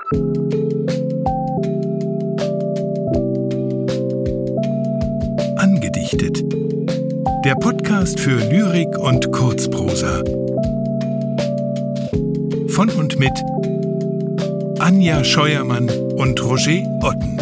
Angedichtet. Der Podcast für Lyrik und Kurzprosa. Von und mit Anja Scheuermann und Roger Otten.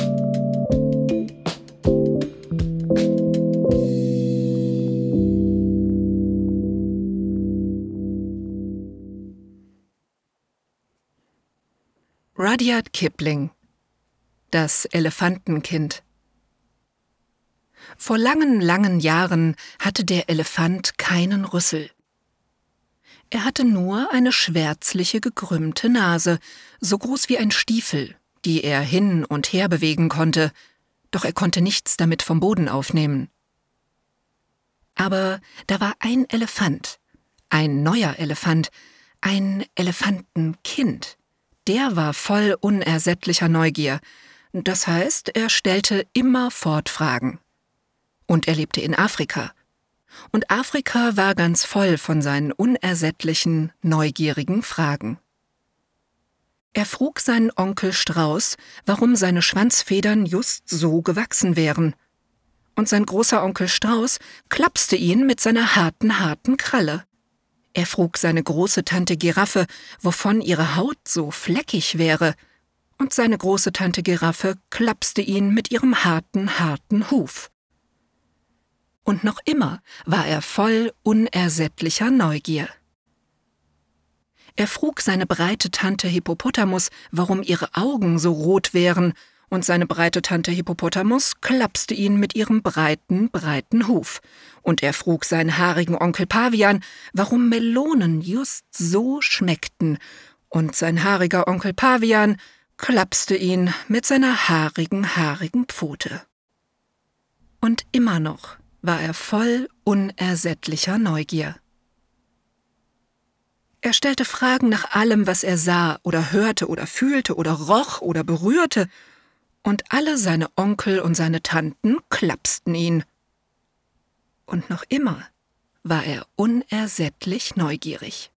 Rudyard Kipling. Das Elefantenkind. Vor langen, langen Jahren hatte der Elefant keinen Rüssel. Er hatte nur eine schwärzliche, gekrümmte Nase, so groß wie ein Stiefel, die er hin und her bewegen konnte, doch er konnte nichts damit vom Boden aufnehmen. Aber da war ein Elefant, ein neuer Elefant, ein Elefantenkind. Der war voll unersättlicher Neugier, das heißt, er stellte immerfort Fragen. Und er lebte in Afrika. Und Afrika war ganz voll von seinen unersättlichen, neugierigen Fragen. Er frug seinen Onkel Strauß, warum seine Schwanzfedern just so gewachsen wären. Und sein großer Onkel Strauß klapste ihn mit seiner harten Kralle. Er frug seine große Tante Giraffe, wovon ihre Haut so fleckig wäre. Und seine große Tante Giraffe klapste ihn mit ihrem harten Huf. Und noch immer war er voll unersättlicher Neugier. Er frug seine breite Tante Hippopotamus, warum ihre Augen so rot wären, und seine breite Tante Hippopotamus klapste ihn mit ihrem breiten Huf. Und er frug seinen haarigen Onkel Pavian, warum Melonen just so schmeckten, und sein haariger Onkel Pavian klapste ihn mit seiner haarigen Pfote. Und immer noch war er voll unersättlicher Neugier. Er stellte Fragen nach allem, was er sah oder hörte oder fühlte oder roch oder berührte, und alle seine Onkel und seine Tanten klapsten ihn. Und noch immer war er unersättlich neugierig.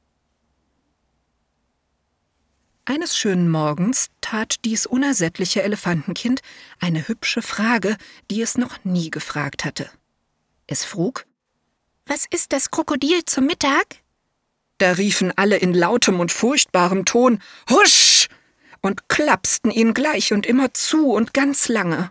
Eines schönen Morgens tat dies unersättliche Elefantenkind eine hübsche Frage, die es noch nie gefragt hatte. Es frug: »Was ist das Krokodil zum Mittag?« Da riefen alle in lautem und furchtbarem Ton: »Husch!« und klapsten ihn gleich und immer zu und ganz lange.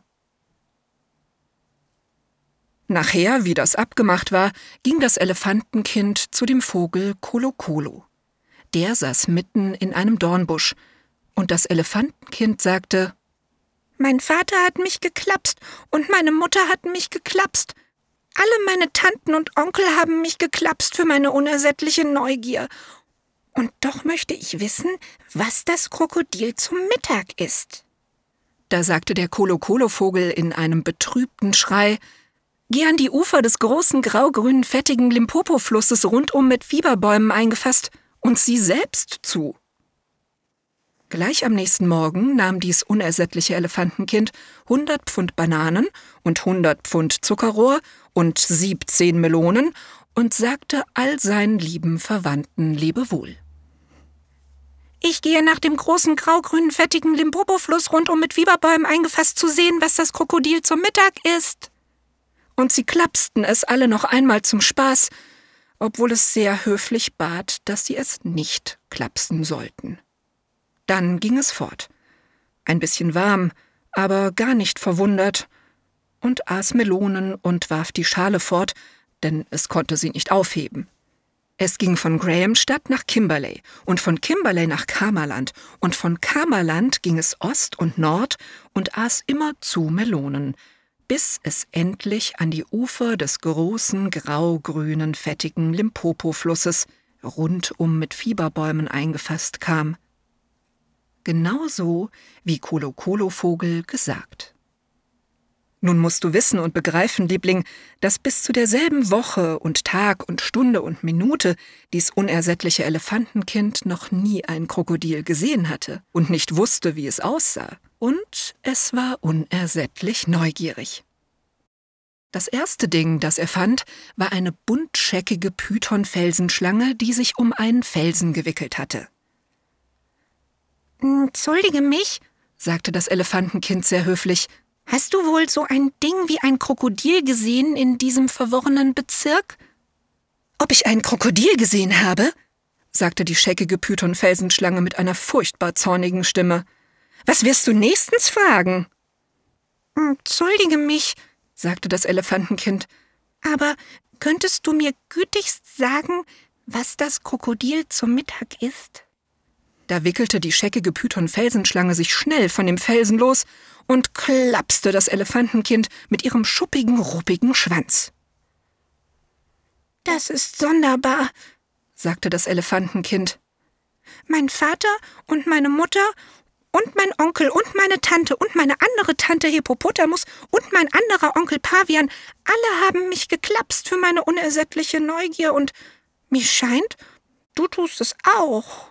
Nachher, wie das abgemacht war, ging das Elefantenkind zu dem Vogel Kolokolo. Der saß mitten in einem Dornbusch, und das Elefantenkind sagte: »Mein Vater hat mich geklapst und meine Mutter hat mich geklapst. Alle meine Tanten und Onkel haben mich geklapst für meine unersättliche Neugier. Und doch möchte ich wissen, was das Krokodil zum Mittag isst.« Da sagte der Kolokolo-Vogel in einem betrübten Schrei: »Geh an die Ufer des großen, graugrünen, fettigen Limpopo-Flusses rundum mit Fieberbäumen eingefasst und sieh selbst zu.« Gleich am nächsten Morgen nahm dies unersättliche Elefantenkind 100 Pfund Bananen und 100 Pfund Zuckerrohr und 17 Melonen und sagte all seinen lieben Verwandten Lebewohl. »Ich gehe nach dem großen, graugrünen, fettigen Limpopo-Fluss rundum mit Fieberbäumen eingefasst zu sehen, was das Krokodil zum Mittag isst.« Und sie klapsten es alle noch einmal zum Spaß, obwohl es sehr höflich bat, dass sie es nicht klapsen sollten. Dann ging es fort, ein bisschen warm, aber gar nicht verwundert, und aß Melonen und warf die Schale fort, denn es konnte sie nicht aufheben. Es ging von Grahamstadt nach Kimberley und von Kimberley nach Kamerland, und von Kamerland ging es Ost und Nord und aß immerzu Melonen, bis es endlich an die Ufer des großen, graugrünen, fettigen Limpopo-Flusses, rundum mit Fieberbäumen eingefasst kam. Genauso wie Kolokolo-Vogel gesagt. Nun musst du wissen und begreifen, Liebling, dass bis zu derselben Woche und Tag und Stunde und Minute dies unersättliche Elefantenkind noch nie ein Krokodil gesehen hatte und nicht wusste, wie es aussah. Und es war unersättlich neugierig. Das erste Ding, das er fand, war eine buntscheckige Python-Felsenschlange, die sich um einen Felsen gewickelt hatte. »Entschuldige mich«, sagte das Elefantenkind sehr höflich. »Hast du wohl so ein Ding wie ein Krokodil gesehen in diesem verworrenen Bezirk?« »Ob ich ein Krokodil gesehen habe?«, sagte die scheckige Python-Felsenschlange mit einer furchtbar zornigen Stimme. »Was wirst du nächstens fragen?« »Entschuldige mich«, sagte das Elefantenkind, »aber könntest du mir gütigst sagen, was das Krokodil zum Mittag isst?« Da wickelte die scheckige Python-Felsenschlange sich schnell von dem Felsen los und klapste das Elefantenkind mit ihrem schuppigen, ruppigen Schwanz. »Das ist sonderbar«, sagte das Elefantenkind. »Mein Vater und meine Mutter und mein Onkel und meine Tante und meine andere Tante Hippopotamus und mein anderer Onkel Pavian, alle haben mich geklapst für meine unersättliche Neugier und mir scheint, du tust es auch.«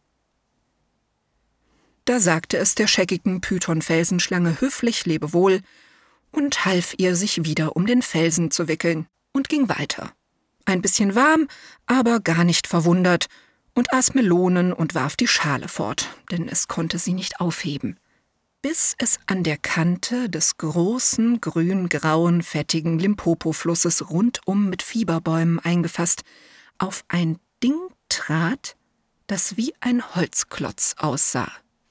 Da sagte es der scheckigen Python-Felsenschlange höflich Lebewohl und half ihr, sich wieder um den Felsen zu wickeln und ging weiter. Ein bisschen warm, aber gar nicht verwundert, und aß Melonen und warf die Schale fort, denn es konnte sie nicht aufheben, bis es an der Kante des großen, grün-grauen, fettigen Limpopo-Flusses rundum mit Fieberbäumen eingefasst auf ein Ding trat, das wie ein Holzklotz aussah.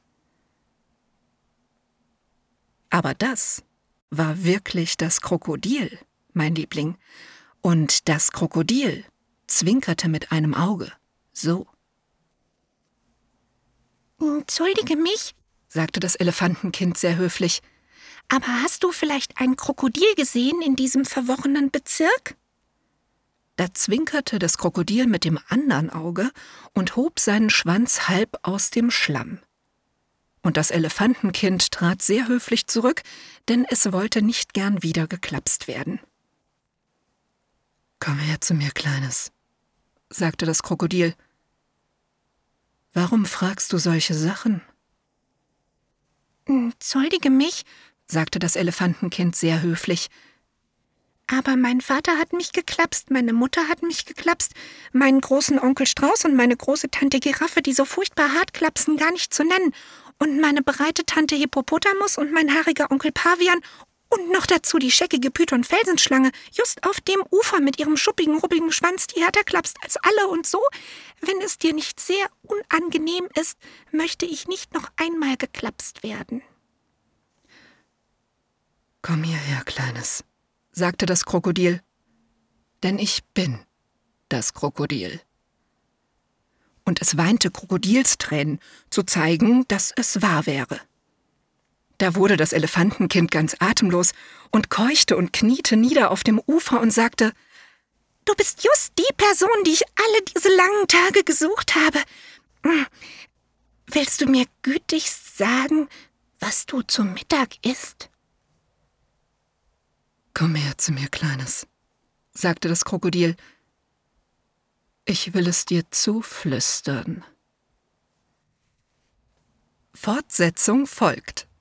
Aber das war wirklich das Krokodil, mein Liebling, und das Krokodil zwinkerte mit einem Auge, so. »Entschuldige mich«, sagte das Elefantenkind sehr höflich, »aber hast du vielleicht ein Krokodil gesehen in diesem verworrenen Bezirk?« Da zwinkerte das Krokodil mit dem anderen Auge und hob seinen Schwanz halb aus dem Schlamm. Und das Elefantenkind trat sehr höflich zurück, denn es wollte nicht gern wieder geklapst werden. »Komm her zu mir, Kleines«, sagte das Krokodil. »Warum fragst du solche Sachen?« »Entschuldige mich«, sagte das Elefantenkind sehr höflich, »aber mein Vater hat mich geklapst, meine Mutter hat mich geklapst, meinen großen Onkel Strauß und meine große Tante Giraffe, die so furchtbar hart klapsen, gar nicht zu nennen, und meine breite Tante Hippopotamus und mein haariger Onkel Pavian und noch dazu die scheckige Python-Felsenschlange, just auf dem Ufer mit ihrem schuppigen, ruppigen Schwanz, die härter klapst als alle, und so, wenn es dir nicht sehr unangenehm ist, möchte ich nicht noch einmal geklapst werden.« »Komm hierher, Kleines«, sagte das Krokodil, »denn ich bin das Krokodil.« Und es weinte Krokodilstränen, zu zeigen, dass es wahr wäre. Da wurde das Elefantenkind ganz atemlos und keuchte und kniete nieder auf dem Ufer und sagte, »Du bist just die Person, die ich alle diese langen Tage gesucht habe. Willst du mir gütigst sagen, was du zu Mittag isst?« »Komm her zu mir, Kleines«, sagte das Krokodil. »Ich will es dir zuflüstern.« Fortsetzung folgt.